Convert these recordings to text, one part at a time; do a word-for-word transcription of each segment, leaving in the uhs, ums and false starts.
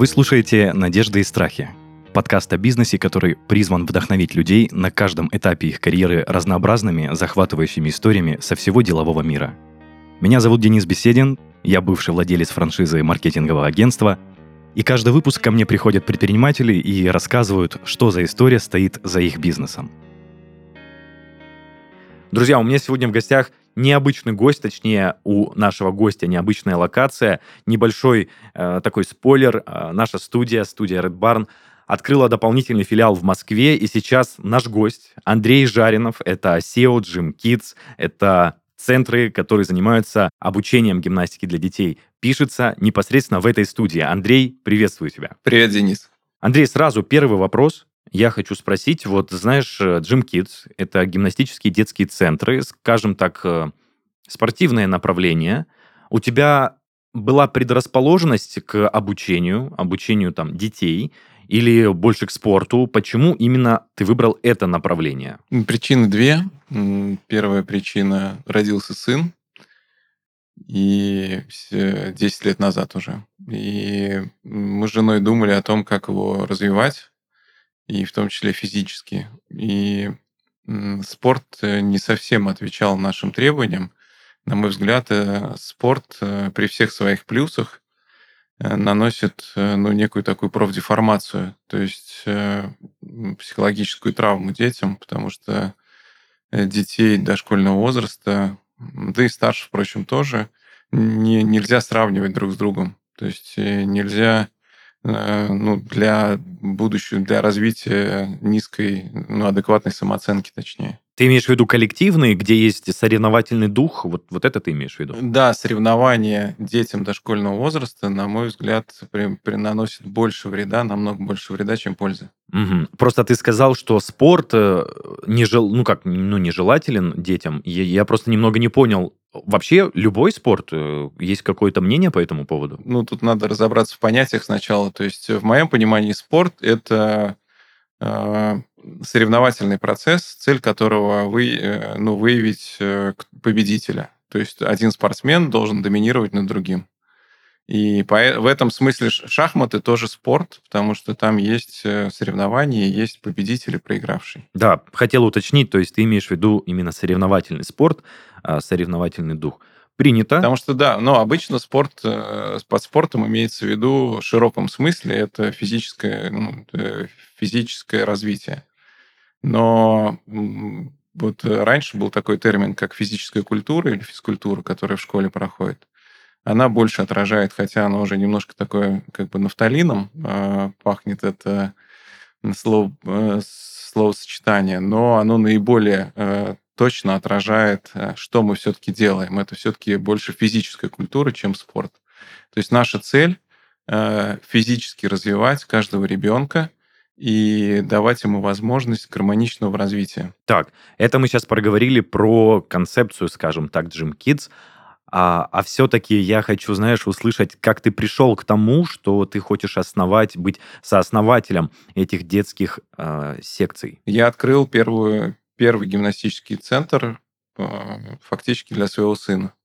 Вы слушаете «Надежды и страхи» — подкаст о бизнесе, который призван вдохновить людей на каждом этапе их карьеры разнообразными, захватывающими историями со всего делового мира. Меня зовут Денис Беседин, я бывший владелец франшизы маркетингового агентства, и каждый выпуск ко мне приходят предприниматели и рассказывают, что за история стоит за их бизнесом. Друзья, у меня сегодня в гостях необычный гость, точнее, у нашего гостя необычная локация. Небольшой э, такой спойлер. Э, наша студия, студия Red Barn, открыла дополнительный филиал в Москве, и сейчас наш гость Андрей Жаринов, это си и о Gym Kids, это центры, которые занимаются обучением гимнастики для детей, пишется непосредственно в этой студии. Андрей, приветствую тебя. Привет, Денис. Андрей, сразу первый вопрос. Я хочу спросить, вот знаешь, Gym Kids — это гимнастические детские центры, скажем так, спортивное направление. У тебя была предрасположенность к обучению, обучению там детей или больше к спорту? Почему именно ты выбрал это направление? Причины две. Первая причина — родился сын, и десять лет назад уже. И мы с женой думали о том, как его развивать, и в том числе физически. И спорт не совсем отвечал нашим требованиям. На мой взгляд, спорт при всех своих плюсах наносит ну, некую такую профдеформацию, то есть психологическую травму детям, потому что детей дошкольного возраста, да и старше, впрочем, тоже, не, нельзя сравнивать друг с другом. То есть нельзя ну, для будущего, для развития низкой, ну, адекватной самооценки, точнее. Ты имеешь в виду коллективный, где есть соревновательный дух? Вот, вот это ты имеешь в виду? Да, соревнования детям дошкольного возраста, на мой взгляд, при, приносят больше вреда, намного больше вреда, чем пользы. Угу. Просто ты сказал, что спорт не жел... ну как, ну, нежелателен детям. Я, я просто немного не понял. Вообще любой спорт, есть какое-то мнение по этому поводу? Ну, тут надо разобраться в понятиях сначала. То есть, в моем понимании, спорт — это э, соревновательный процесс, цель которого вы, э, ну, выявить э, победителя. То есть, один спортсмен должен доминировать над другим. И по, в этом смысле шахматы тоже спорт, потому что там есть соревнования, есть победитель и проигравший. Да, хотел уточнить, то есть ты имеешь в виду именно соревновательный спорт, соревновательный дух. Принято. Потому что, да, но обычно спорт, под спортом имеется в виду в широком смысле, это физическое, ну, физическое развитие. Но вот раньше был такой термин, как физическая культура или физкультура, которая в школе проходит. Она больше отражает, хотя она уже немножко такое, как бы нафталином э, пахнет, это слово, э, словосочетание, но оно наиболее э, точно отражает, э, что мы все-таки делаем. Это все-таки больше физическая культура, чем спорт. То есть наша цель э, физически развивать каждого ребенка и давать ему возможность гармоничного развития. Так, это мы сейчас проговорили про концепцию, скажем так, Gym Kids. А, а все-таки я хочу, знаешь, услышать, как ты пришел к тому, что ты хочешь основать, быть сооснователем этих детских э, секций. Я открыл первую, первый гимнастический центр э, фактически для своего сына.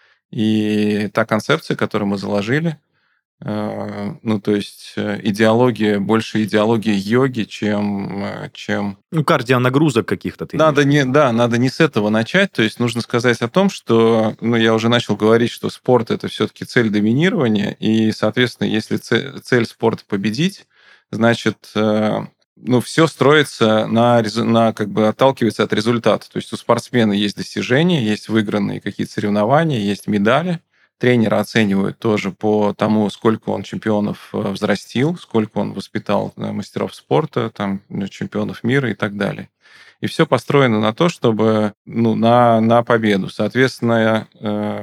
И та концепция, которую мы заложили, э, ну, то есть идеология, больше идеология йоги, чем... чем... Ну, кардионагрузок каких-то ты Надо имеешь. не, да, надо не с этого начать. То есть нужно сказать о том, что, ну, я уже начал говорить, что спорт — это все-таки цель доминирования, и, соответственно, если цель, цель спорта — победить, значит, э, ну, все строится на, на, как бы отталкивается от результата. То есть у спортсмена есть достижения, есть выигранные какие-то соревнования, есть медали. Тренера оценивают тоже по тому, сколько он чемпионов взрастил, сколько он воспитал мастеров спорта, там, чемпионов мира и так далее. И все построено на то, чтобы, ну, на, на победу. Соответственно,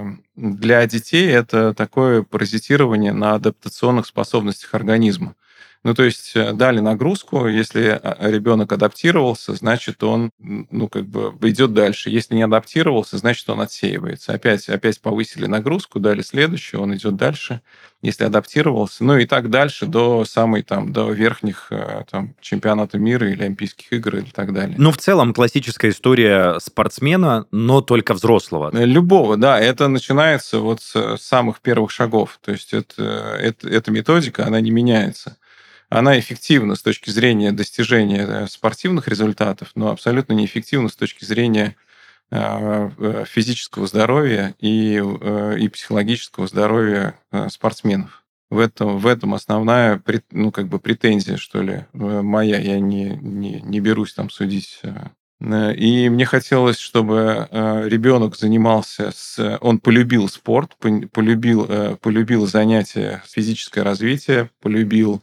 для детей это такое паразитирование на адаптационных способностях организма. Ну, то есть э, дали нагрузку, если а, ребенок адаптировался, значит, он, м, ну, как бы идет дальше. Если не адаптировался, значит, он отсеивается. Опять, опять повысили нагрузку, дали следующую, он идет дальше. Если адаптировался, ну и так дальше до самой там, до верхних э, там, чемпионата мира или Олимпийских игр и так далее. Ну, в целом, классическая история спортсмена, но только взрослого. Э, Любого, да, это начинается вот с самых первых шагов. То есть это, это, эта методика, она не меняется. Она эффективна с точки зрения достижения э, спортивных результатов, но абсолютно неэффективна с точки зрения э, э, физического здоровья и, э, и психологического здоровья э, спортсменов. В этом, в этом основная прет- ну, как бы претензия, что ли, э, моя. Я не, не, не берусь там судить. э. Э, И мне хотелось, чтобы э, ребенок занимался с... Он полюбил спорт, пон- полюбил, э, полюбил занятия, физическое развитие, полюбил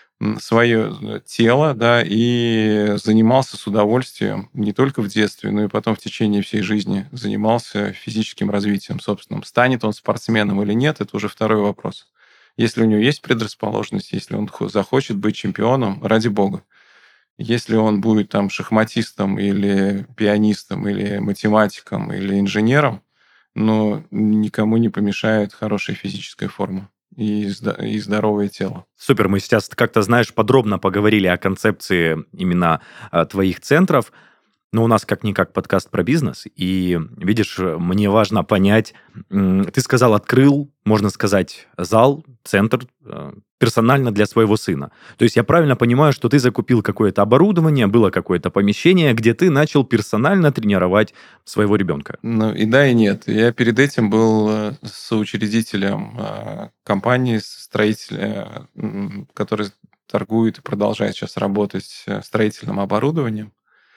свое тело, да, и занимался с удовольствием не только в детстве, но и потом в течение всей жизни занимался физическим развитием собственным. Станет он спортсменом или нет, это уже второй вопрос. Если у него есть предрасположенность, если он хо- захочет быть чемпионом, ради бога. Если он будет там шахматистом или пианистом, или математиком, или инженером, но никому не помешает хорошая физическая форма и, зда- и здоровое тело. Супер, мы сейчас как-то, знаешь, подробно поговорили о концепции именно а, твоих центров, но у нас как-никак подкаст про бизнес, и, видишь, мне важно понять, м, ты сказал, открыл, можно сказать, зал, центр э, персонально для своего сына. То есть я правильно понимаю, что ты закупил какое-то оборудование, было какое-то помещение, где ты начал персонально тренировать своего ребенка. Ну, и да, и нет. Я перед этим был э, соучредителем э, компании, строителя, м, который торгует и продолжает сейчас работать э, строительным оборудованием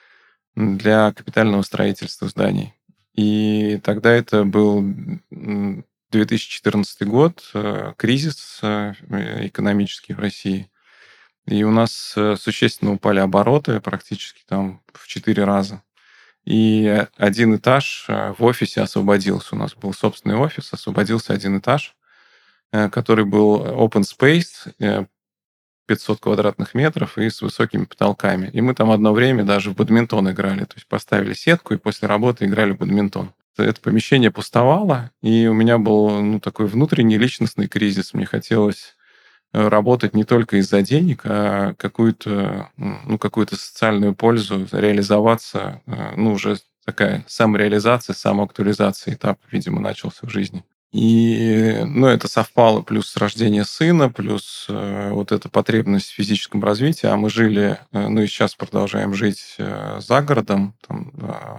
для капитального строительства зданий. И тогда это был м, две тысячи четырнадцатый год, э, кризис э, экономический в России. И у нас э, существенно упали обороты, практически там в четыре раза. И один этаж э, в офисе освободился. У нас был собственный офис, освободился один этаж, э, который был open space, э, пятьсот квадратных метров и с высокими потолками. И мы там одно время даже в бадминтон играли. То есть поставили сетку и после работы играли в бадминтон. Это помещение пустовало, и у меня был ну, такой внутренний личностный кризис. Мне хотелось э, работать не только из-за денег, а какую-то, м, ну, какую-то социальную пользу, реализоваться, э, ну, уже такая самореализация, самоактуализация этап, видимо, начался в жизни. И, ну, это совпало плюс с рождения сына, плюс э, вот эта потребность в физическом развитии. А мы жили, э, ну и сейчас продолжаем жить э, за городом, там, а,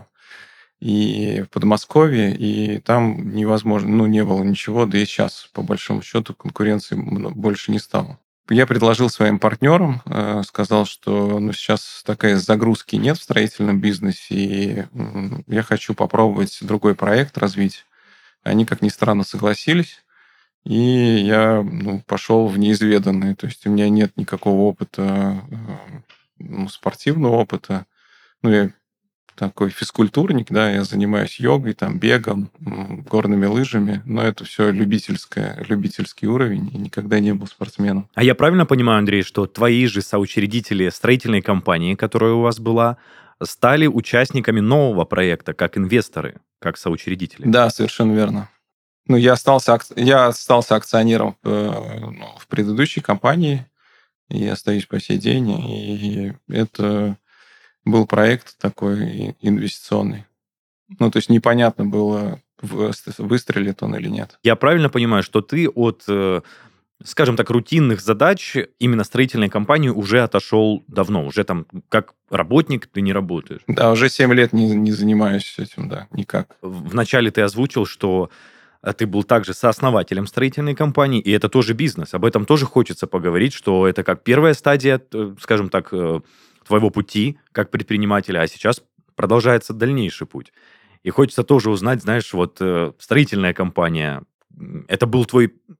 и в Подмосковье, и там невозможно, ну, не было ничего, да и сейчас, по большому счету, конкуренции мно- больше не стало. Я предложил своим партнерам, э, сказал, что ну, сейчас такая загрузки нет в строительном бизнесе, и м, я хочу попробовать другой проект развить. Они, как ни странно, согласились, и я ну, пошел в неизведанное. То есть у меня нет никакого опыта, э, ну, спортивного опыта. Ну, я такой физкультурник, да, я занимаюсь йогой, там, бегом, м, горными лыжами, но это все любительское, любительский уровень, и никогда не был спортсменом. А я правильно понимаю, Андрей, что твои же соучредители строительной компании, которая у вас была, стали участниками нового проекта как инвесторы, как соучредители? Да, совершенно верно. Ну, я остался, ак- я остался акционером э, ну, в предыдущей компании, и остаюсь по сей день, и это был проект такой инвестиционный. Ну, то есть непонятно было, в- выстрелит он или нет. Я правильно понимаю, что ты от, э, скажем так, рутинных задач именно строительной компании уже отошел давно, уже там как работник ты не работаешь? Да, уже семь лет не, не занимаюсь этим, да, никак. В- Вначале ты озвучил, что э, ты был также сооснователем строительной компании, и это тоже бизнес. Об этом тоже хочется поговорить, что это как первая стадия, э, скажем так, э, твоего пути как предпринимателя, а сейчас продолжается дальнейший путь. И хочется тоже узнать, знаешь, вот э, строительная компания, м, это был твой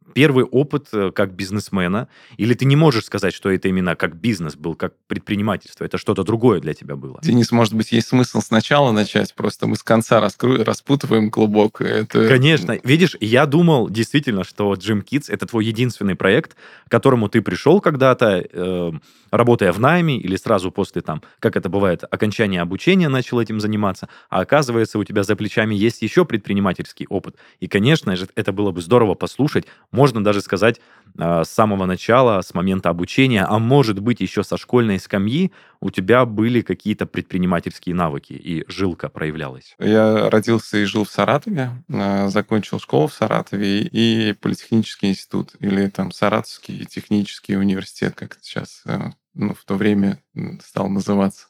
первый опыт э, как бизнесмена, или ты не можешь сказать, что это именно как бизнес был, как предпринимательство, это что-то другое для тебя было? Денис, может быть, есть смысл сначала начать, просто мы с конца раскру... распутываем клубок. Это... Конечно. Видишь, я думал действительно, что Gym Kids — это твой единственный проект, к которому ты пришел когда-то, э, работая в найме или сразу после, там, как это бывает, окончания обучения начал этим заниматься, а оказывается, у тебя за плечами есть еще предпринимательский опыт. И, конечно же, это было бы здорово послушать, можно даже сказать, э, с самого начала, с момента обучения, а может быть, еще со школьной скамьи у тебя были какие-то предпринимательские навыки, и жилка проявлялась. Я родился и жил в Саратове, э, закончил школу в Саратове и политехнический институт, или там Саратовский технический университет, как это сейчас, э, ну, в то время м, стал называться.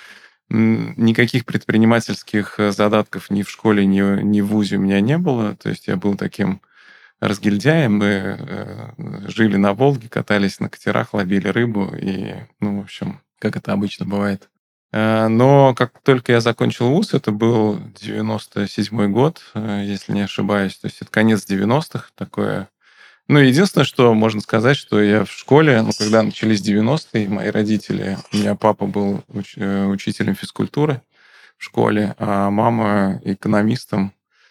М, Никаких предпринимательских э, задатков ни в школе, ни, ни в вузе у меня не было. То есть я был таким разгильдяем. Мы э, жили на Волге, катались на катерах, ловили рыбу. И, ну, в общем, как это обычно бывает. Э, Но как только я закончил вуз, это был девяносто седьмой год, э, если не ошибаюсь. То есть это конец девяностых, такое. Ну, единственное, что можно сказать, что я в школе, ну, когда начались девяностые, мои родители, у меня папа был уч- э, учителем физкультуры в школе, а мама экономистом,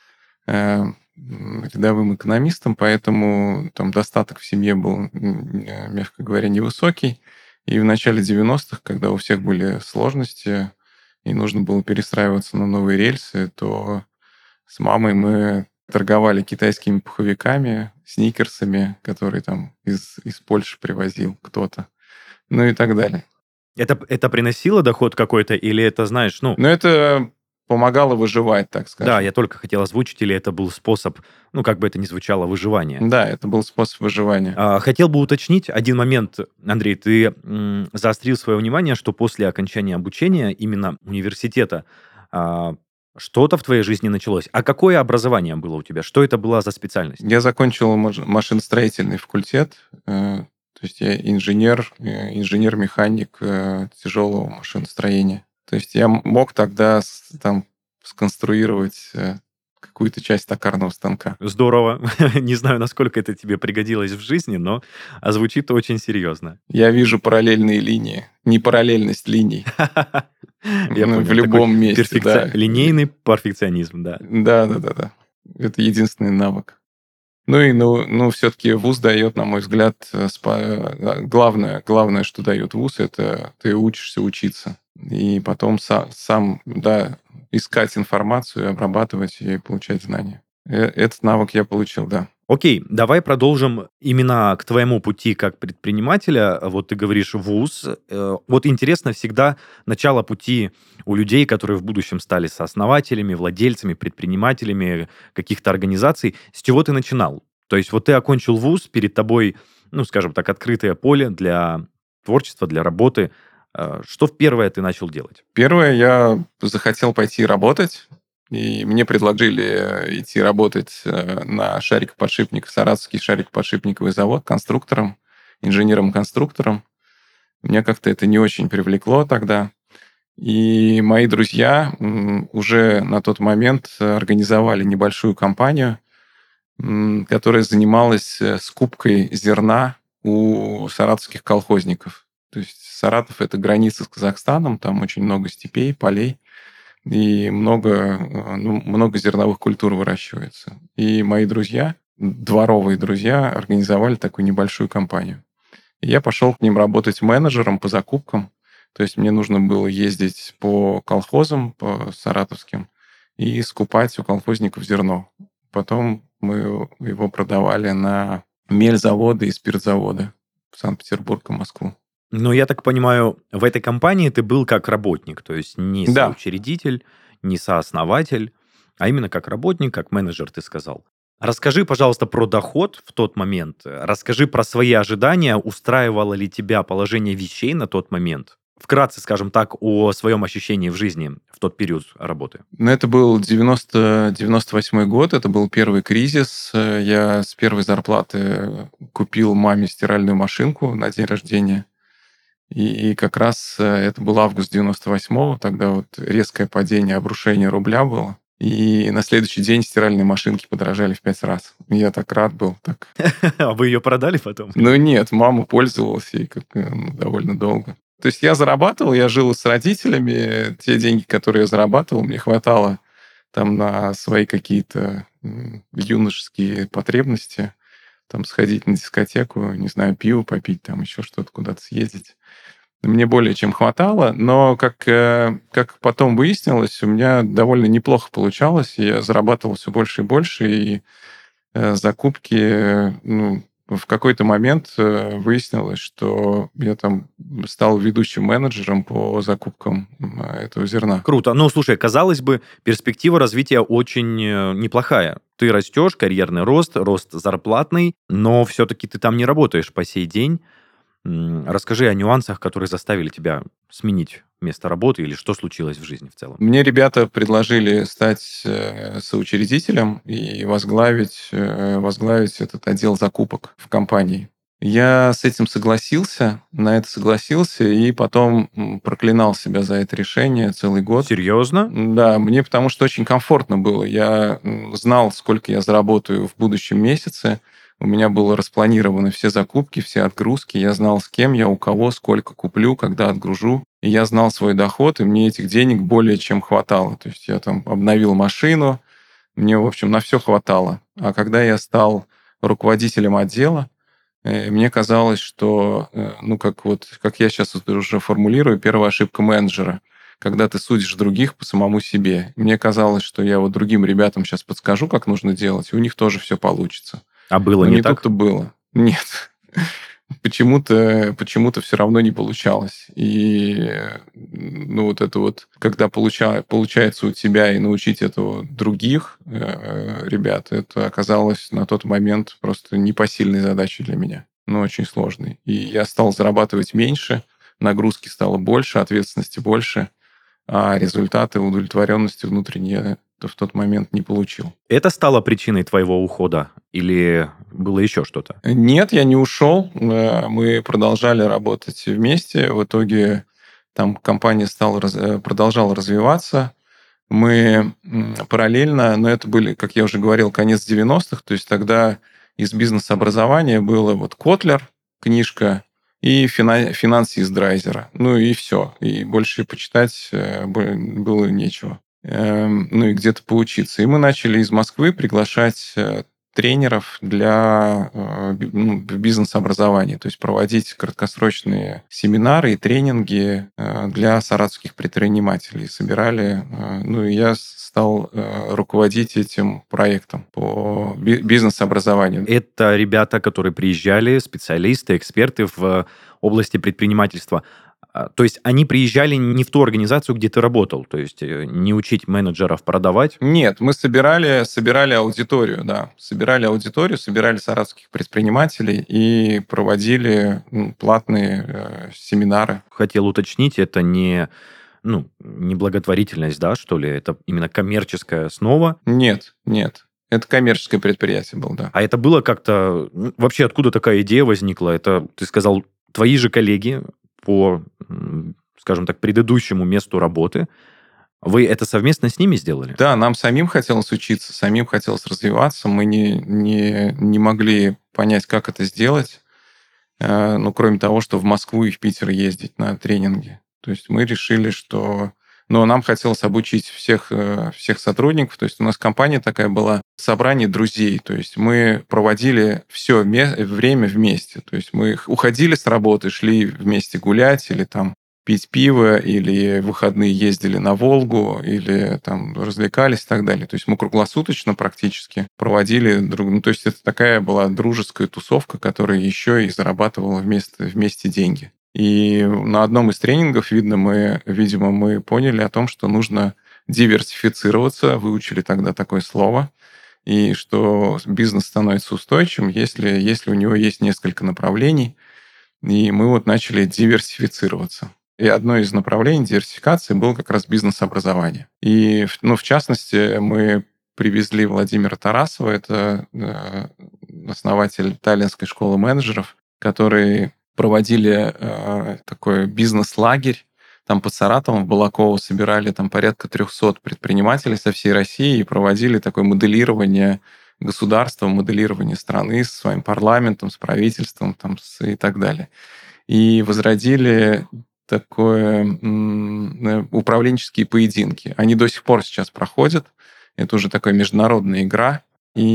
э, м, рядовым экономистом, поэтому там достаток в семье был, м, э, мягко говоря, невысокий. И в начале девяностых, когда у всех были сложности и нужно было перестраиваться на новые рельсы, то с мамой мы торговали китайскими пуховиками, сникерсами, которые там из, из Польши привозил кто-то, ну и так далее. Это, это приносило доход какой-то, или это, знаешь, ну, Но это помогало выживать, так да, скажем. я только хотел озвучить, или это был способ, ну, как бы это ни звучало, выживания. Да, это был способ выживания. А, Хотел бы уточнить один момент, Андрей, ты м, заострил свое внимание, что после окончания обучения именно университета а, что-то в твоей жизни началось. А какое образование было у тебя? Что это была за специальность? Я закончил маж- машиностроительный факультет, э, то есть я инженер, э, инженер-механик э, тяжелого машиностроения. То есть я м- мог тогда с- там сконструировать э, какую-то часть токарного станка. Здорово. Не знаю, насколько это тебе пригодилось в жизни, но а, звучит очень серьезно. Я вижу параллельные линии, непараллельность линий Я м, в понял. Такой любом месте, перфекци- да. линейный перфекционизм, да. Да, да, да, да. Это единственный навык. Ну и ну, ну все-таки вуз дает, на мой взгляд, э, спа- э, главное, главное, что дает вуз, это ты учишься учиться. И потом са- сам, да, искать информацию, обрабатывать и получать знания. Э, Этот навык я получил, да. Окей, давай продолжим именно к твоему пути как предпринимателя. Вот ты говоришь вуз. Э, Вот интересно всегда начало пути у людей, которые в будущем стали сооснователями, владельцами, предпринимателями каких-то организаций. С чего ты начинал? То есть вот ты окончил вуз, перед тобой, ну, скажем так, открытое поле для творчества, для работы. Э, Что в первое ты начал делать? Первое, я захотел пойти работать, и мне предложили э, идти работать э, на шарикоподшипник, Саратовский шарикоподшипниковый завод конструктором, инженером-конструктором. Меня как-то это не очень привлекло тогда. И мои друзья м, уже на тот момент организовали небольшую компанию, м, которая занималась э, скупкой зерна у саратовских колхозников. То есть Саратов — это граница с Казахстаном, там очень много степей, полей, и много, э, ну, много зерновых культур выращивается. И мои друзья, дворовые друзья, организовали такую небольшую компанию. И я пошел к ним работать менеджером по закупкам. То есть мне нужно было ездить по колхозам, по саратовским, и скупать у колхозников зерно. Потом мы его продавали на мельзаводы и спиртзаводы в Санкт-Петербург и Москву. Но я так понимаю, в этой компании ты был как работник, то есть не Да, соучредитель, не сооснователь, а именно как работник, как менеджер, ты сказал. Расскажи, пожалуйста, про доход в тот момент. Расскажи про свои ожидания. Устраивало ли тебя положение вещей на тот момент? Вкратце, скажем так, о своем ощущении в жизни в тот период работы. но это был девяносто, девяносто восьмой год, это был первый кризис. Э, Я с первой зарплаты купил маме стиральную машинку на день рождения. И, и как раз э, это был август девяносто восьмого, тогда вот резкое падение, обрушение рубля было. И на следующий день стиральные машинки подорожали в пять раз. Я так рад был. Так. А вы ее продали потом? Ну нет, мама пользовалась ей как, ну, довольно долго. То есть я зарабатывал, я жил с родителями. Те деньги, которые я зарабатывал, мне хватало там на свои какие-то м, юношеские потребности. Там сходить на дискотеку, не знаю, пиво попить, там еще что-то, куда-то съездить. Мне более чем хватало, но, как, э, как потом выяснилось, у меня довольно неплохо получалось. Я зарабатывал все больше и больше, и э, закупки, э, ну, в какой-то момент э, выяснилось, что я там стал ведущим менеджером по закупкам м, этого зерна. Круто. Ну, слушай, казалось бы, перспектива развития очень э, неплохая. Ты растешь, карьерный рост, рост зарплатный, но все-таки ты там не работаешь по сей день. М, Расскажи о нюансах, которые заставили тебя сменить место работы или что случилось в жизни в целом. Мне ребята предложили стать э, соучредителем и возглавить, э, возглавить этот отдел закупок в компании. Я с этим согласился, на это согласился, и потом м, проклинал себя за это решение целый год. Серьезно? Да, мне потому что очень комфортно было. Я м, знал, сколько я заработаю в будущем месяце. У меня было распланированы все закупки, все отгрузки. Я знал, с кем я, у кого, сколько куплю, когда отгружу. И я знал свой доход, и мне этих денег более чем хватало. То есть я там обновил машину, мне, в общем, на все хватало. А когда я стал руководителем отдела, э, мне казалось, что, э, ну, как вот, как я сейчас уже формулирую, первая ошибка менеджера, когда ты судишь других по самому себе. Мне казалось, что я вот другим ребятам сейчас подскажу, как нужно делать, и у них тоже все получится. А было Но не не так? тут-то было. Нет. Почему-то, почему-то все равно не получалось. И э, ну, вот это вот, когда получа, получается у тебя и научить этого других э, ребят, это оказалось на тот момент просто непосильной задачей для меня. Ну, очень сложной. И я стал зарабатывать меньше, нагрузки стало больше, ответственности больше, а результаты удовлетворенности внутренней я в тот момент не получил. Это стало причиной твоего ухода или было еще что-то? Нет, я не ушел. Э, Мы продолжали работать вместе. В итоге там компания стала, раз- э, продолжала развиваться. Мы м, параллельно, но это были, как я уже говорил, конец девяностых, то есть тогда из бизнес-образования было вот Котлер, книжка, и фина- финансы из Драйзера. Ну и все. И больше почитать э, бо- было нечего. Эм, Ну и где-то поучиться. И мы начали из Москвы приглашать э, тренеров для э, би- ну, бизнес-образования, то есть проводить краткосрочные семинары и тренинги э, для саратовских предпринимателей. Собирали, э, ну и я стал э, руководить этим проектом по би- бизнес-образованию. Это ребята, которые приезжали, специалисты, эксперты в области предпринимательства. А, То есть они приезжали не в ту организацию, где ты работал, то есть э, не учить менеджеров продавать. Нет, мы собирали, собирали аудиторию, да. Собирали аудиторию, собирали саратовских предпринимателей и проводили м, платные э, семинары. Хотел уточнить, это не, ну, не благотворительность, да, что ли, это именно коммерческая основа. Нет, нет. Это коммерческое предприятие было, да. А это было как-то... м, Вообще, откуда такая идея возникла? Это, ты сказал, твои же коллеги по, м, скажем так, предыдущему месту работы. Вы это совместно с ними сделали? Да, нам самим хотелось учиться, самим хотелось развиваться. Мы не, не, не могли понять, как это сделать, э, ну, кроме того, что в Москву и в Питер ездить на тренинги. То есть мы решили, что... Но нам хотелось обучить всех, э, всех сотрудников. То есть у нас компания такая была, собрание друзей. То есть мы проводили все время вместе. То есть мы уходили с работы, шли вместе гулять или там пить пиво, или в выходные ездили на Волгу, или там развлекались и так далее. То есть мы круглосуточно практически проводили друг... Ну, то есть это такая была дружеская тусовка, которая еще и зарабатывала вместе, вместе деньги. И на одном из тренингов, видно, мы, видимо, мы поняли о том, что нужно диверсифицироваться, выучили тогда такое слово, и что бизнес становится устойчивым, если, если у него есть несколько направлений, и мы вот начали диверсифицироваться. И одно из направлений диверсификации было как раз бизнес-образование. И, в- ну, в частности, мы привезли Владимира Тарасова, это э, основатель Таллинской школы менеджеров, который проводили э, такой бизнес-лагерь. там под Саратовом, в Балаково, собирали там порядка трехсот предпринимателей со всей России и проводили такое моделирование государства, моделирование страны со своим парламентом, с правительством там, с, и так далее. И возродили такое м, э, управленческие поединки. Они до сих пор сейчас проходят. Это уже такая международная игра.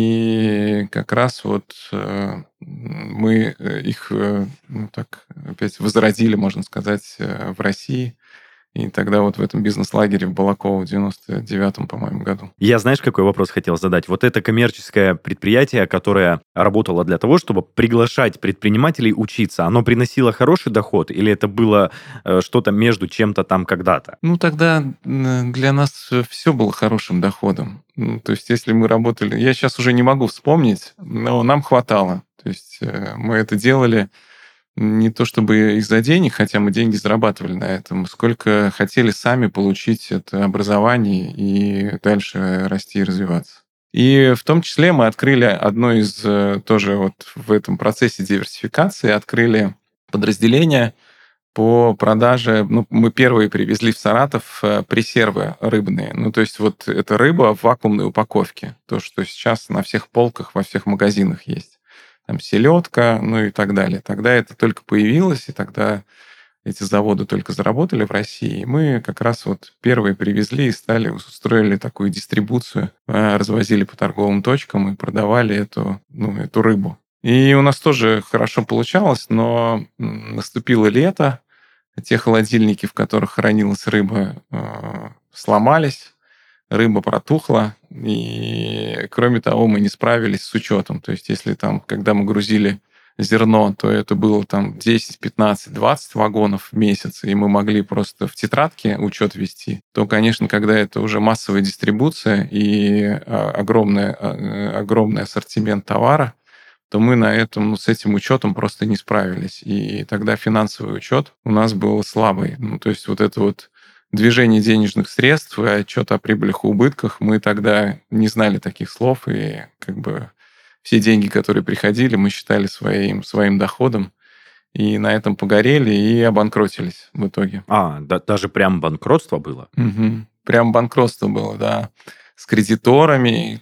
И как раз вот э, мы э, их э, ну, так опять возродили, можно сказать, э, в России. И тогда вот в этом бизнес-лагере в Балаково в девяносто девятом, по-моему, году. Я, знаешь, какой вопрос хотел задать? Вот это коммерческое предприятие, которое работало для того, чтобы приглашать предпринимателей учиться, оно приносило хороший доход или это было э, что-то между чем-то там когда-то? Ну, тогда м, для нас все было хорошим доходом. Ну, то есть, если мы работали... Я сейчас уже не могу вспомнить, но нам хватало. То есть, э, мы это делали не то чтобы из-за денег, хотя мы деньги зарабатывали на этом, сколько хотели сами получить это образование и дальше расти и развиваться. И в том числе мы открыли одно из, э, тоже вот в этом процессе диверсификации, открыли подразделение по продаже, ну, мы первые привезли в Саратов э, пресервы рыбные. Ну, то есть вот эта рыба в вакуумной упаковке. То, что сейчас на всех полках, во всех магазинах есть. Там селедка, ну и так далее. Тогда это только появилось, и тогда эти заводы только заработали в России. И мы как раз вот первые привезли и стали, устроили такую дистрибуцию, э, развозили по торговым точкам и продавали эту, ну, эту рыбу. И у нас тоже хорошо получалось, но м, наступило лето, те холодильники, в которых хранилась рыба, э, сломались, рыба протухла, и, кроме того, мы не справились с учетом. То есть, если там, когда мы грузили зерно, то это было там десять, пятнадцать, двадцать вагонов в месяц, и мы могли просто в тетрадке учет вести, то, конечно, когда это уже массовая дистрибуция и а, огромный, а, огромный ассортимент товара, то мы на этом, ну, с этим учетом просто не справились. И тогда финансовый учет у нас был слабый. Ну, то есть вот это вот движение денежных средств и отчет о прибылях и убытках, мы тогда не знали таких слов, и как бы все деньги, которые приходили, мы считали своим, своим доходом, и на этом погорели и обанкротились в итоге. А, да, даже прям банкротство было? Угу. Прям банкротство было, да. С кредиторами,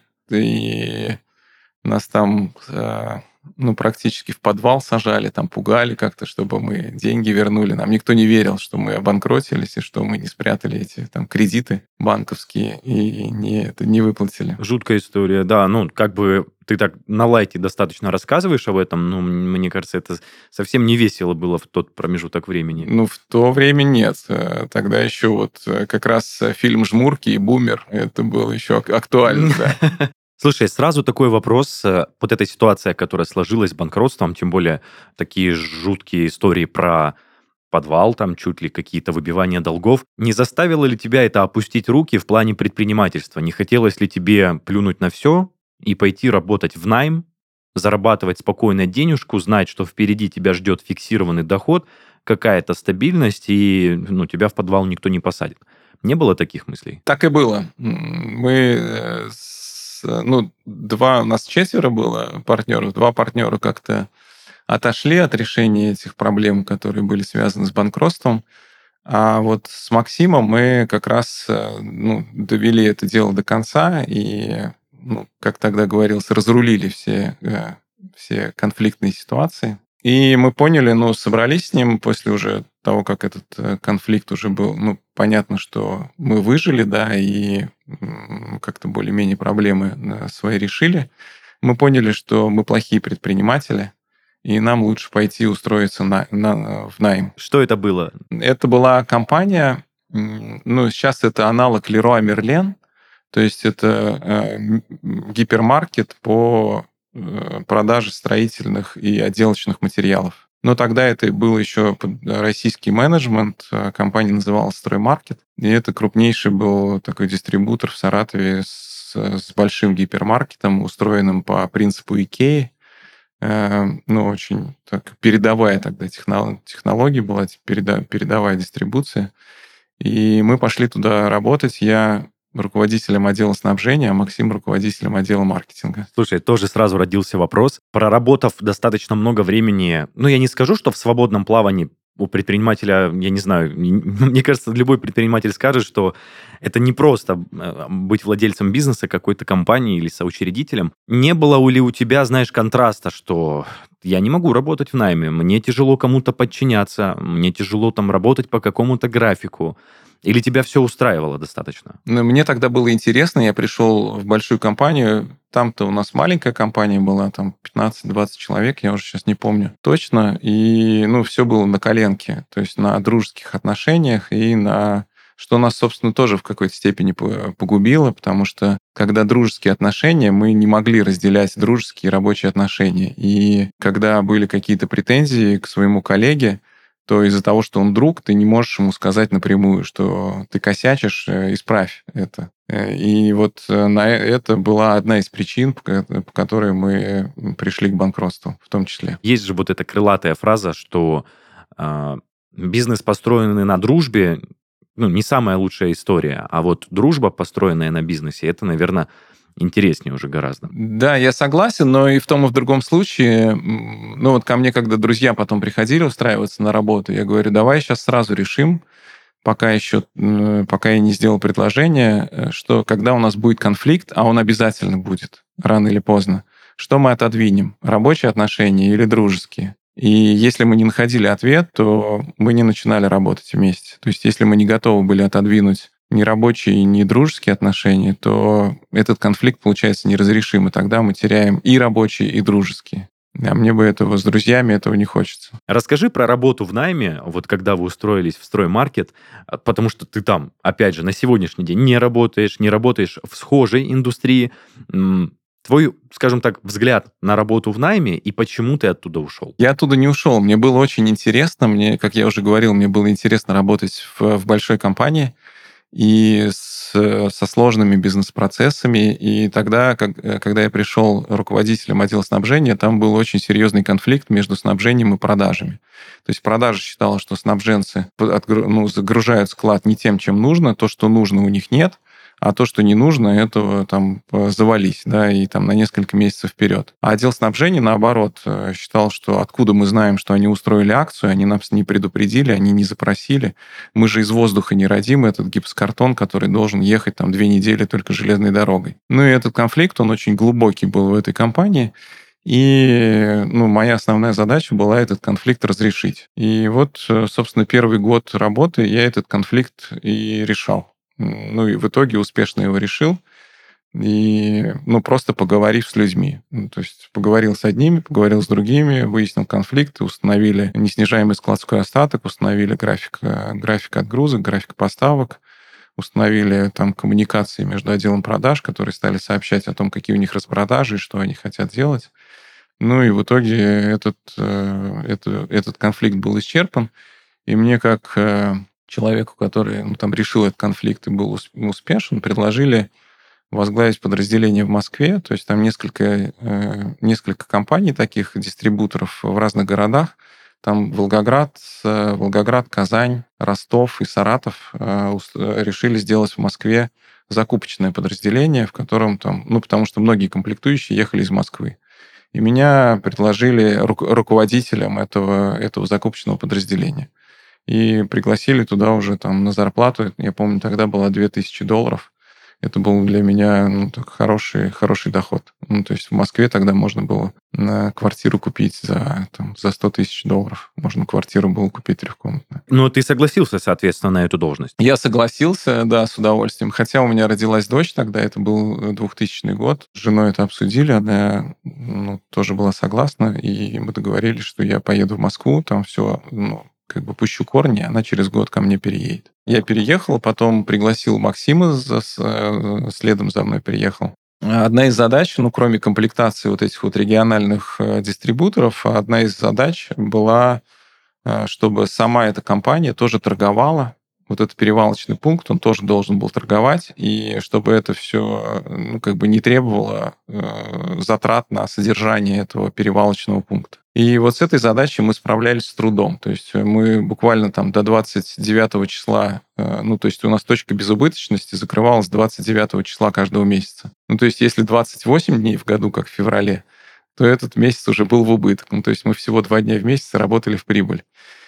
и нас там э, ну, практически в подвал сажали, там пугали как-то, чтобы мы деньги вернули. Нам никто не верил, что мы обанкротились и что мы не спрятали эти там кредиты банковские и не, это не выплатили. Жуткая история, да. Ну, как бы ты так на лайте достаточно рассказываешь об этом, но мне кажется, это совсем не весело было в тот промежуток времени. Ну, в то время нет. Э, Тогда еще вот э, как раз фильм «Жмурки» и «Бумер» это было еще ак- актуально, да. Слушай, сразу такой вопрос. э, Вот эта ситуация, которая сложилась с банкротством, тем более такие жуткие истории про подвал, там чуть ли какие-то выбивания долгов, не заставило ли тебя это опустить руки в плане предпринимательства? Не хотелось ли тебе плюнуть на все и пойти работать в найм, зарабатывать спокойно денежку, знать, что впереди тебя ждет фиксированный доход, какая-то стабильность, и ну, тебя в подвал никто не посадит? Не было таких мыслей? Так и было. М, Мы, э, с- ну, два, у нас четверо было партнеров, два партнера как-то отошли от решения этих проблем, которые были связаны с банкротством. А вот с Максимом мы как раз э, ну, довели это дело до конца и, ну, как тогда говорилось, разрулили все, э, все конфликтные ситуации. И мы поняли, ну, собрались с ним после уже того, как этот э, конфликт уже был, ну, понятно, что мы выжили, да, и м, как-то более-менее проблемы э, свои решили. Мы поняли, что мы плохие предприниматели, и нам лучше пойти устроиться на, на- в найм. Что это было? Это была компания, м, ну, сейчас это аналог Leroy Merlin, то есть это э, м, гипермаркет по э, продаже строительных и отделочных материалов. Но тогда это был еще под- российский менеджмент, э, компания называлась «Строймаркет», и это крупнейший был такой дистрибутор в Саратове с, с большим гипермаркетом, устроенным по принципу Икеи. Э, ну, очень так, передовая тогда технол- технология была, переда- передовая дистрибуция. И мы пошли туда работать. Я руководителем отдела снабжения, а Максим руководителем отдела маркетинга. Слушай, тоже сразу родился вопрос. Проработав достаточно много времени, ну, я не скажу, что в свободном плавании у предпринимателя, я не знаю, мне кажется, любой предприниматель скажет, что это не просто э, быть владельцем бизнеса, какой-то компании или соучредителем. Не было ли у тебя, знаешь, контраста, что я не могу работать в найме, мне тяжело кому-то подчиняться, мне тяжело там работать по какому-то графику, или тебя все устраивало достаточно? Но мне тогда было интересно, я пришел в большую компанию, там-то у нас маленькая компания была, там пятнадцать-двадцать человек, я уже сейчас не помню точно, и, ну, все было на коленке, то есть на дружеских отношениях и на... Что нас, собственно, тоже в какой-то степени по- погубило, потому что когда дружеские отношения, мы не могли разделять дружеские и рабочие отношения. И когда были какие-то претензии к своему коллеге, то из-за того, что он друг, ты не можешь ему сказать напрямую, что ты косячишь, э, исправь это. Э, И вот э, на э- это была одна из причин, по ко- по которой мы пришли к банкротству, в том числе. Есть же вот эта крылатая фраза, что а, бизнес, построенный на дружбе, ну, не самая лучшая история, а вот дружба, построенная на бизнесе, это, наверное, интереснее уже гораздо. Да, я согласен, но и в том, и в другом случае, м, ну вот ко мне, когда друзья потом приходили устраиваться на работу, я говорю, давай сейчас сразу решим, пока еще, м, пока я не сделал предложение, э, что когда у нас будет конфликт, а он обязательно будет, рано или поздно, что мы отодвинем, рабочие отношения или дружеские? И если мы не находили ответ, то мы не начинали работать вместе. То есть если мы не готовы были отодвинуть ни рабочие, ни дружеские отношения, то этот конфликт получается неразрешим, и тогда мы теряем и рабочие, и дружеские. А мне бы этого с друзьями, этого не хочется. Расскажи про работу в найме, вот когда вы устроились в строймаркет, а, потому что ты там, опять же, на сегодняшний день не работаешь, не работаешь в схожей индустрии. М, Твой, скажем так, взгляд на работу в найме и почему ты оттуда ушел? Я оттуда не ушел. Мне было очень интересно. Мне, как я уже говорил, мне было интересно работать в, в большой компании и с, со сложными бизнес-процессами. И тогда, как, э, когда я пришел руководителем отдела снабжения, там был очень серьезный конфликт между снабжением и продажами. То есть продажа считала, что снабженцы отгру- ну, загружают склад не тем, чем нужно, то, что нужно, у них нет, а то, что не нужно, этого там э, завались, да, и там на несколько месяцев вперед. А отдел снабжения, наоборот, э, считал, что откуда мы знаем, что они устроили акцию, они нас не предупредили, они не запросили, мы же из воздуха не родим этот гипсокартон, который должен ехать там две недели только железной дорогой. Ну и этот конфликт, он очень глубокий был в этой компании, и ну, моя основная задача была этот конфликт разрешить. И вот, э, собственно, первый год работы я этот конфликт и решал. М, Ну и в итоге успешно его решил. И, ну, просто поговорив с людьми. Ну, то есть поговорил с одними, поговорил с другими, выяснил конфликты, установили неснижаемый складской остаток, установили график, э, график отгрузок, график поставок, установили там коммуникации между отделом продаж, которые стали сообщать о том, какие у них распродажи и что они хотят делать. Ну и в итоге этот, э, это- этот конфликт был исчерпан. И мне, как э, человеку, который ну, там решил этот конфликт и был ус- успешен, предложили возглавить подразделение в Москве. То есть там несколько, э, несколько компаний таких, дистрибуторов в разных городах. Там Волгоград, э, Волгоград, Казань, Ростов и Саратов э, ус- э, решили сделать в Москве закупочное подразделение, в котором там, ну, потому что многие комплектующие ехали из Москвы. И меня предложили рук- руководителем этого, этого закупочного подразделения. И пригласили туда уже там на зарплату. Я помню, тогда была две тысячи долларов. Это был для меня ну, так, хороший, хороший доход. Ну, то есть в Москве тогда можно было на квартиру купить за, там, за сто тысяч долларов. Можно квартиру было купить трехкомнатную. Но ты согласился, соответственно, на эту должность. Я согласился, да, с удовольствием. Хотя у меня родилась дочь тогда, это был двухтысячный год. С женой это обсудили, она ну, тоже была согласна, и мы договорились, что я поеду в Москву, там все, ну, как бы пущу корни, она через год ко мне переедет. Я переехал, потом пригласил Максима, за, с- э, следом за мной приехал. Одна из задач, ну, кроме комплектации вот этих вот региональных э, дистрибуторов, одна из задач была э, чтобы сама эта компания тоже торговала. Вот этот перевалочный пункт, он тоже должен был торговать, и чтобы это все ну, как бы не требовало э, затрат на содержание этого перевалочного пункта. И вот с этой задачей мы справлялись с трудом. То есть мы буквально там до двадцать девятого числа, э, ну, то есть у нас точка безубыточности закрывалась двадцать девятого числа каждого месяца. Ну, то есть если двадцать восемь дней в году, как в феврале, то этот месяц уже был в убыток. Ну, то есть мы всего два дня в месяц работали в прибыль.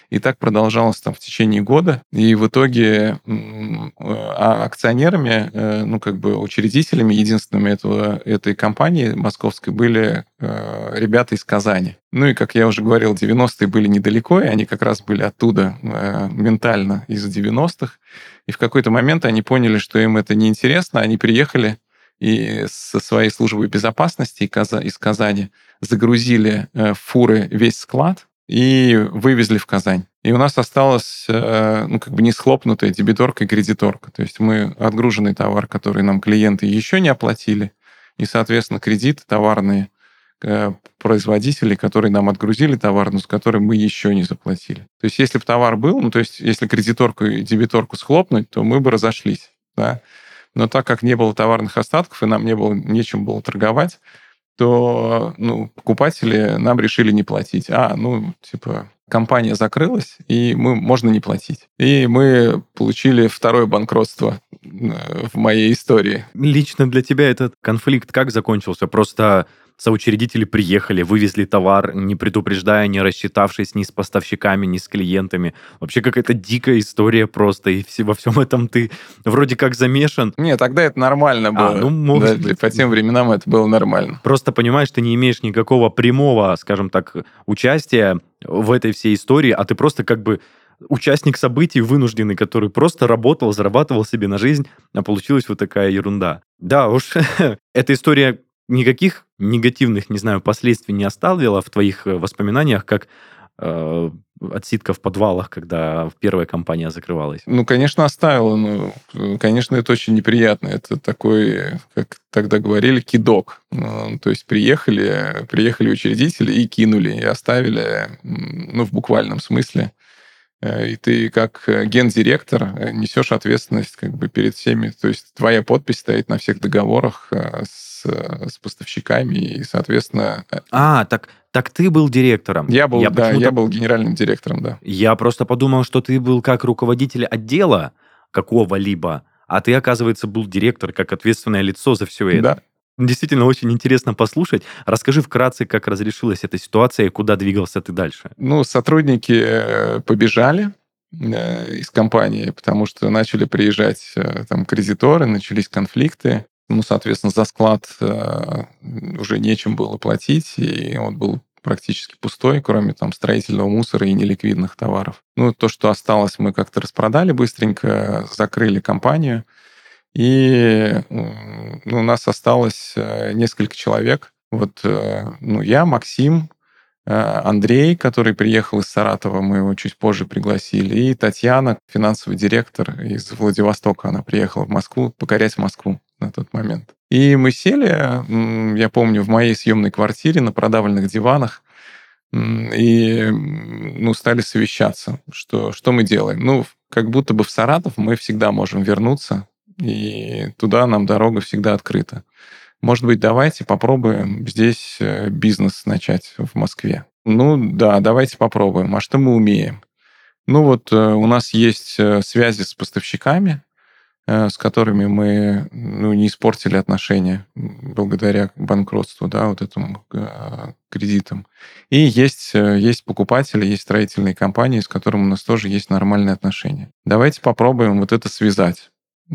И так продолжалось там в течение года. И в итоге м, а акционерами, э, ну, как бы учредителями единственными этого, этой компании московской были э, ребята из Казани. Ну и, как я уже говорил, девяностые были недалеко, и они как раз были оттуда э, ментально из девяностых. И в какой-то момент они поняли, что им это неинтересно, они приехали и со своей службой безопасности из Казани загрузили в фуры весь склад и вывезли в Казань. И у нас осталась, ну, как бы не схлопнутая дебиторка и кредиторка. То есть мы отгруженный товар, который нам клиенты еще не оплатили, и, соответственно, кредиты товарные производителей, которые нам отгрузили товар, но с которым мы еще не заплатили. То есть если бы товар был, ну, то есть если кредиторку и дебиторку схлопнуть, то мы бы разошлись, да. Но так как не было товарных остатков, и нам не было, нечем было торговать, то, ну, покупатели нам решили не платить. А, ну, типа, компания закрылась, и мы, можно не платить. И мы получили второе банкротство в моей истории. Лично для тебя этот конфликт как закончился? Просто соучредители приехали, вывезли товар, не предупреждая, не рассчитавшись ни с поставщиками, ни с клиентами. Вообще какая-то дикая история просто, и все, во всем этом ты вроде как замешан. Не, тогда это нормально было. А, ну, может да, быть. По тем временам это было нормально. Просто понимаешь, ты не имеешь никакого прямого, скажем так, участия в этой всей истории, а ты просто как бы участник событий вынужденный, который просто работал, зарабатывал себе на жизнь, а получилась вот такая ерунда. Да уж, эта история никаких негативных, не знаю, последствий не оставила в твоих воспоминаниях, как э, отсидка в подвалах, когда первая компания закрывалась? Ну, конечно, оставила. Ну, конечно, это очень неприятно. Это такой, как тогда говорили, кидок. Ну, то есть приехали, приехали учредители и кинули, и оставили, ну, в буквальном смысле. И ты как гендиректор несешь ответственность как бы перед всеми. То есть твоя подпись стоит на всех договорах с, с поставщиками, и, соответственно... А, так, так ты был директором. Я был, я да, я был генеральным директором, да. Я просто подумал, что ты был как руководитель отдела какого-либо, а ты, оказывается, был директор, как ответственное лицо за все это. Да. Действительно, очень интересно послушать. Расскажи вкратце, как разрешилась эта ситуация и куда двигался ты дальше. Ну, сотрудники побежали из компании, потому что начали приезжать там кредиторы, начались конфликты. Ну, соответственно, за склад уже нечем было платить, и он был практически пустой, кроме там строительного мусора и неликвидных товаров. Ну, то, что осталось, мы как-то распродали быстренько, закрыли компанию. И ну, у нас осталось несколько человек. Вот ну, я, Максим, Андрей, который приехал из Саратова, мы его чуть позже пригласили, и Татьяна, финансовый директор из Владивостока, она приехала в Москву, покорять Москву на тот момент. И мы сели, я помню, в моей съемной квартире на продавленных диванах, и ну, стали совещаться, что, что мы делаем. Ну, как будто бы в Саратов мы всегда можем вернуться, и туда нам дорога всегда открыта. Может быть, давайте попробуем здесь бизнес начать в Москве. Ну да, давайте попробуем. А что мы умеем? Ну вот у нас есть связи с поставщиками, с которыми мы ну, не испортили отношения благодаря банкротству, да, вот этому кредитам. И есть, есть покупатели, есть строительные компании, с которыми у нас тоже есть нормальные отношения. Давайте попробуем вот это связать.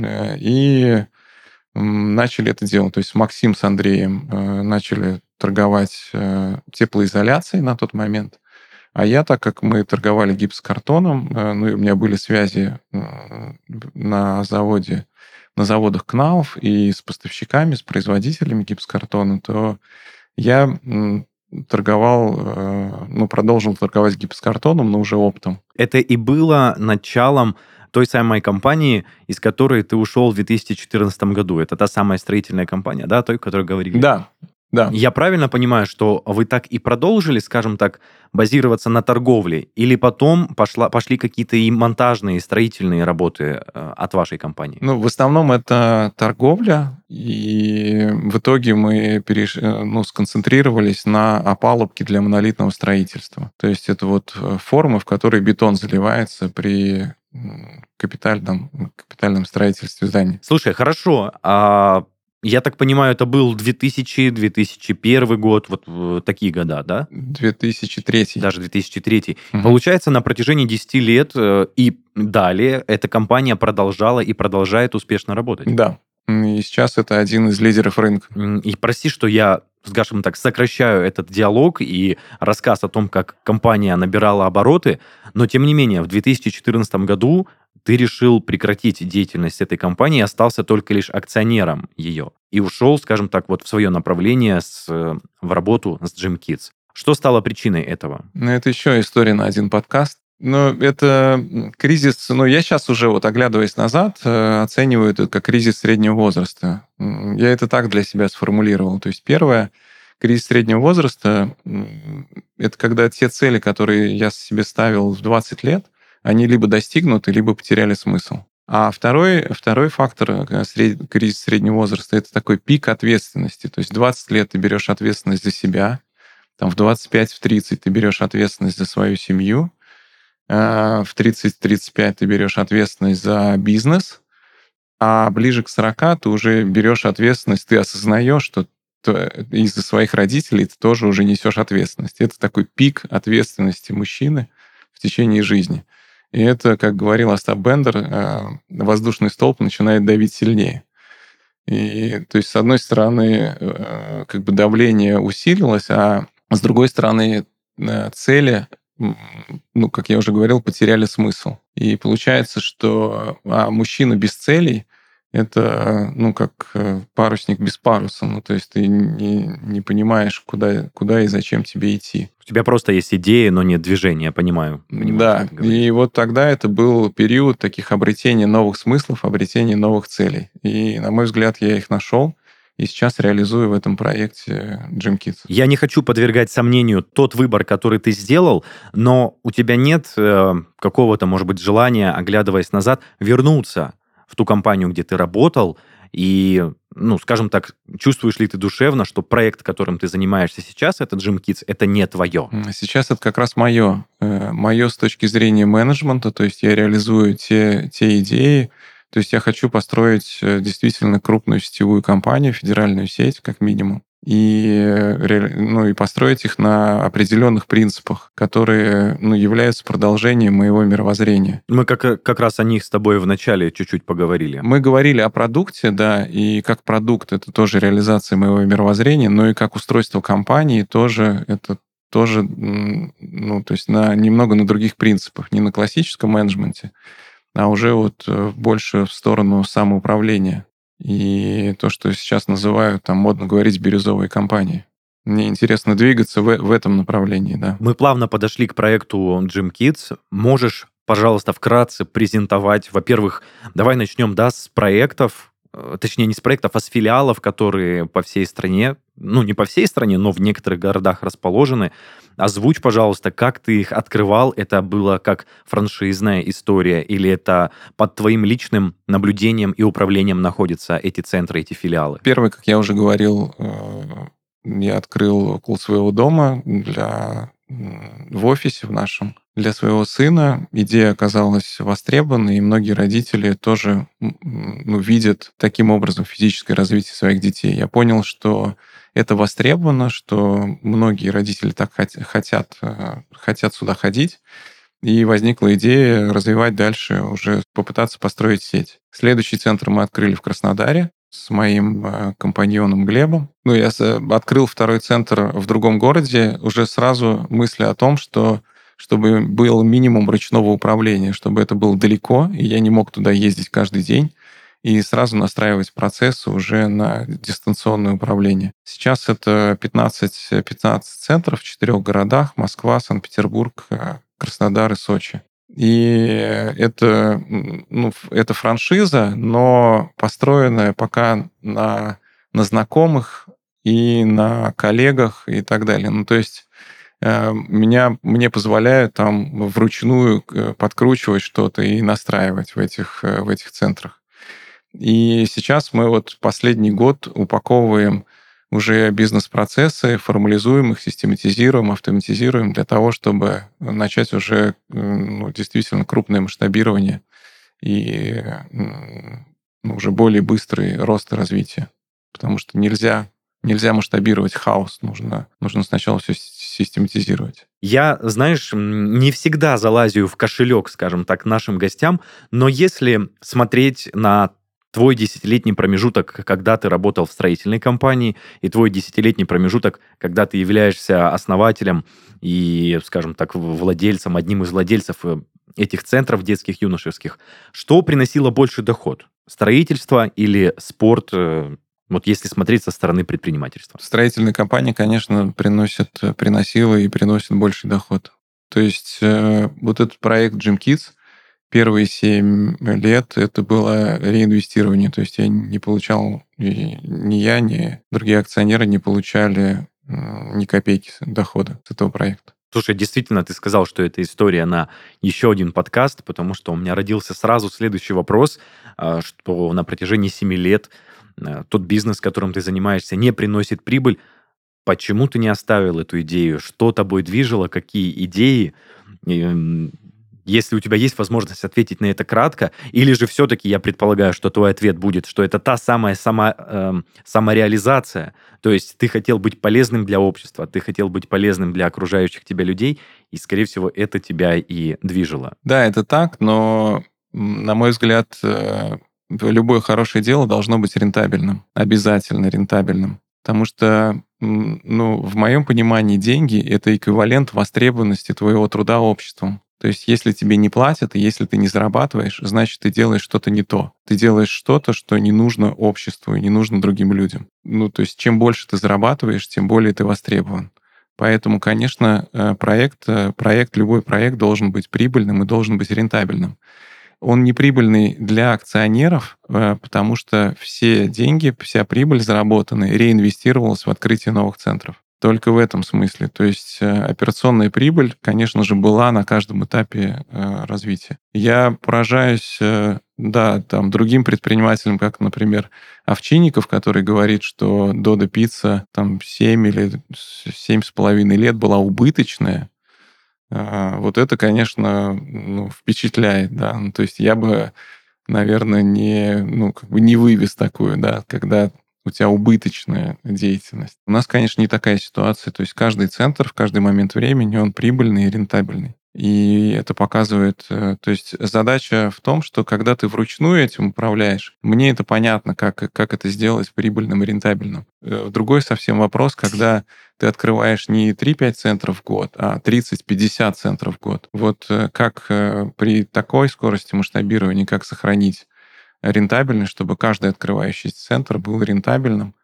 И начали это делать. То есть Максим с Андреем начали торговать теплоизоляцией на тот момент. А я, так как мы торговали гипсокартоном, ну и у меня были связи на заводе, на заводах КНАУФ и с поставщиками, с производителями гипсокартона, то я торговал, ну, продолжил торговать гипсокартоном, но уже оптом. Это и было началом той самой компании, из которой ты ушел в две тысячи четырнадцатом году. Это та самая строительная компания, да, той, о которой говорили? Да, да. Я правильно понимаю, что вы так и продолжили, скажем так, базироваться на торговле? Или потом пошла, пошли какие-то и монтажные, и строительные работы э, от вашей компании? Ну, в основном это торговля, и в итоге мы переш... ну, сконцентрировались на опалубке для монолитного строительства. То есть это вот формы, в которые бетон заливается при капитальном, капитальном строительстве зданий. Слушай, хорошо, а Я так понимаю, это был две тысячи, две тысячи первый год, вот в такие года, да? две тысячи третий. Даже две тысячи третий. Мгм. Получается, на протяжении десяти лет э, и далее эта компания продолжала и продолжает успешно работать. Да. М, И сейчас это один из лидеров рынка. М, И прости, что я, скажем так, сокращаю этот диалог и рассказ о том, как компания набирала обороты, но тем не менее в две тысячи четырнадцатом году ты решил прекратить деятельность этой компании, остался только лишь акционером ее и ушел, скажем так, вот в свое направление с, э, в работу с Gym Kids. Что стало причиной этого? Но это еще история на один подкаст. Но это м, кризис, ну, я сейчас уже, вот оглядываясь назад, э, оцениваю это как кризис среднего возраста. М, Я это так для себя сформулировал. То есть первое, кризис среднего возраста, м, это когда те цели, которые я себе ставил в двадцать лет, они либо достигнуты, либо потеряли смысл. А второй, второй фактор э, сред- кризис среднего возраста, это такой пик ответственности. То есть двадцать лет ты берешь ответственность за себя, там в двадцать пять, в тридцать ты берешь ответственность за свою семью, а в тридцать-тридцать пять ты берешь ответственность за бизнес, а ближе к сорока ты уже берешь ответственность, ты осознаешь, что т- из-за своих родителей ты тоже уже несешь ответственность. Это такой пик ответственности мужчины в течение жизни. И это, как говорил Остап Бендер, э, воздушный столб начинает давить сильнее. И, то есть, с одной стороны, э, как бы давление усилилось, а с другой стороны, э, цели, м, ну, как я уже говорил, потеряли смысл. И получается, что а мужчина без целей — это, ну, как э, парусник без паруса. Ну, то есть ты не, не понимаешь, куда, куда и зачем тебе идти. У тебя просто есть идея, но нет движения, понимаю, понимаю, что Да, ты говоришь. и вот тогда это был период таких обретения новых смыслов, обретения новых целей. И, на мой взгляд, я их нашел, и сейчас реализую в этом проекте Gym Kids. Я не хочу подвергать сомнению тот выбор, который ты сделал, но у тебя нет э, какого-то, может быть, желания, оглядываясь назад, вернуться в ту компанию, где ты работал, и, ну, скажем так, чувствуешь ли ты душевно, что проект, которым ты занимаешься сейчас, это Gym Kids, это не твое? М, Сейчас это как раз мое. Мое с точки зрения менеджмента, то есть я реализую те, те идеи, то есть я хочу построить э, действительно крупную сетевую компанию, федеральную сеть, как минимум, и, э, ре- ну, и построить их на определенных принципах, которые, ну, являются продолжением моего мировоззрения. Мы как, э, как раз о них с тобой в начале чуть-чуть поговорили. Мы говорили о продукте, да, и как продукт это тоже реализация моего мировоззрения, но и как устройство компании тоже это тоже, м, ну, то есть на немного на других принципах, не на классическом менеджменте, а уже вот э, больше в сторону самоуправления. И то, что сейчас называют, там, модно говорить, бирюзовые компании. Мне интересно двигаться в, в этом направлении, да. Мы плавно подошли к проекту Gym Kids. Можешь, пожалуйста, вкратце презентовать, во-первых, давай начнем, да, с проектов, э, точнее, не с проектов, а с филиалов, которые по всей стране, ну, не по всей стране, но в некоторых городах расположены. Озвучь, пожалуйста, как ты их открывал. Это было как франшизная история или это под твоим личным наблюдением и управлением находятся эти центры, эти филиалы? Первый, как я уже говорил, э, я открыл около своего дома для, м, в офисе в нашем для своего сына. Идея оказалась востребованной, и многие родители тоже м, м, ну, видят таким образом физическое развитие своих детей. Я понял, что это востребовано, что многие родители так хот- хотят, э, хотят сюда ходить, и возникла идея развивать дальше, уже попытаться построить сеть. Следующий центр мы открыли в Краснодаре с моим э, компаньоном Глебом. Ну, я с- открыл второй центр в другом городе, уже сразу мысли о том, что чтобы был минимум ручного управления, чтобы это было далеко, и я не мог туда ездить каждый день, и сразу настраивать процессы уже на дистанционное управление. Сейчас это пятнадцать, пятнадцать центров в четырех городах: Москва, Санкт-Петербург, э, Краснодар и Сочи. И это, м, ну, ф- это франшиза, но построенная пока на, на знакомых и на коллегах и так далее. Ну, то есть э, меня, мне позволяют там вручную э, подкручивать что-то и настраивать в этих, э, в этих центрах. И сейчас мы вот последний год упаковываем уже бизнес-процессы, формализуем их, систематизируем, автоматизируем для того, чтобы начать уже м, ну, действительно крупное масштабирование и м, ну, уже более быстрый рост и развитие. потому что нельзя, нельзя масштабировать хаос, нужно, нужно сначала все систематизировать. Я, знаешь, м, не всегда залазю в кошелек, скажем так, нашим гостям, но если смотреть на твой десятилетний промежуток, когда ты работал в строительной компании, и твой десятилетний промежуток, когда ты являешься основателем и, скажем так, в- владельцем, одним из владельцев э, этих центров детских, юношеских, что приносило больше доход? Строительство или спорт, э, вот если смотреть со стороны предпринимательства? Строительная компания, конечно, приносит, приносила и приносит больший доход. То есть э, вот этот проект Gym Kids первые семь лет это было реинвестирование. То есть я не получал, и ни я, ни другие акционеры не получали м, ни копейки с- дохода с этого проекта. Слушай, действительно, ты сказал, что это история на еще один подкаст, потому что у меня родился сразу следующий вопрос, а, что на протяжении семи лет а, тот бизнес, которым ты занимаешься, не приносит прибыль. Почему ты не оставил эту идею? Что тобой движило? Какие идеи? И, м, Если у тебя есть возможность ответить на это кратко, или же все-таки я предполагаю, что твой ответ будет, что это та самая сама, эм, самореализация, то есть ты хотел быть полезным для общества, ты хотел быть полезным для окружающих тебя людей, и, скорее всего, это тебя и движило. Да, это так, но, м, на мой взгляд, э, любое хорошее дело должно быть рентабельным, обязательно рентабельным. Потому что, м, ну, в моем понимании, деньги — это эквивалент востребованности твоего труда обществом. То есть если тебе не платят, и если ты не зарабатываешь, значит, ты делаешь что-то не то. Ты делаешь что-то, что не нужно обществу и не нужно другим людям. Ну, то есть чем больше ты зарабатываешь, тем более ты востребован. Поэтому, конечно, э, проект, э, проект, любой проект должен быть прибыльным и должен быть рентабельным. Он не прибыльный для акционеров, э, потому что все деньги, вся прибыль заработанная реинвестировалась в открытие новых центров. Только в этом смысле. То есть э, операционная прибыль, конечно же, была на каждом этапе э, развития. Я поражаюсь, э, да, там, другим предпринимателям, как, например, Овчинников, который говорит, что Додо Пицца там семь или семь с половиной лет была убыточная. А, Вот это, конечно, ну, впечатляет, да. Ну, то есть я бы, наверное, не, ну, как бы не вывез такую, да, когда у тебя убыточная деятельность. У нас, конечно, не такая ситуация. То есть каждый центр в каждый момент времени, он прибыльный и рентабельный. И это показывает... э, То есть задача в том, что когда ты вручную этим управляешь, мне это понятно, как, как это сделать прибыльным и рентабельным. Э, Другой совсем вопрос, когда ты открываешь не три-пять центров в год, а тридцать-пятьдесят центров в год. Вот э, как э, при такой скорости масштабирования, как сохранить рентабельность, чтобы каждый открывающийся центр был рентабельным,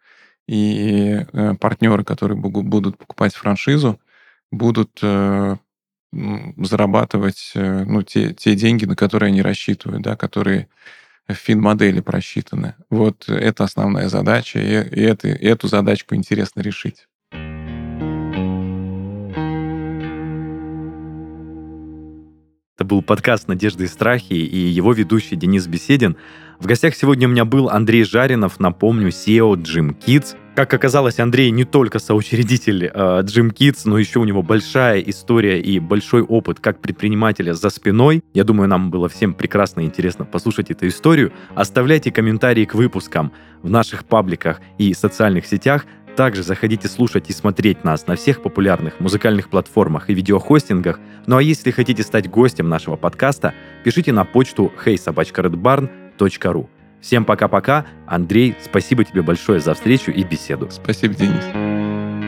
и э, партнеры, которые бугу- будут покупать франшизу, будут э, м, зарабатывать э, ну, те, те деньги, на которые они рассчитывают, да, которые в фин-модели просчитаны. Вот это основная задача, и, и это, и эту задачку интересно решить. Это был подкаст «Надежды и страхи» и его ведущий Денис Беседин. В гостях сегодня у меня был Андрей Жаринов, напомню, си и о Gym Kids. Как оказалось, Андрей не только соучредитель э, Gym Kids, но еще у него большая история и большой опыт как предпринимателя за спиной. Я думаю, нам было всем прекрасно и интересно послушать эту историю. Оставляйте комментарии к выпускам в наших пабликах и социальных сетях. Также заходите слушать и смотреть нас на всех популярных музыкальных платформах и видеохостингах. Ну а если хотите стать гостем нашего подкаста, пишите на почту хей собака ред барн точка ру. Всем пока-пока. Андрей, спасибо тебе большое за встречу и беседу. Спасибо, Денис.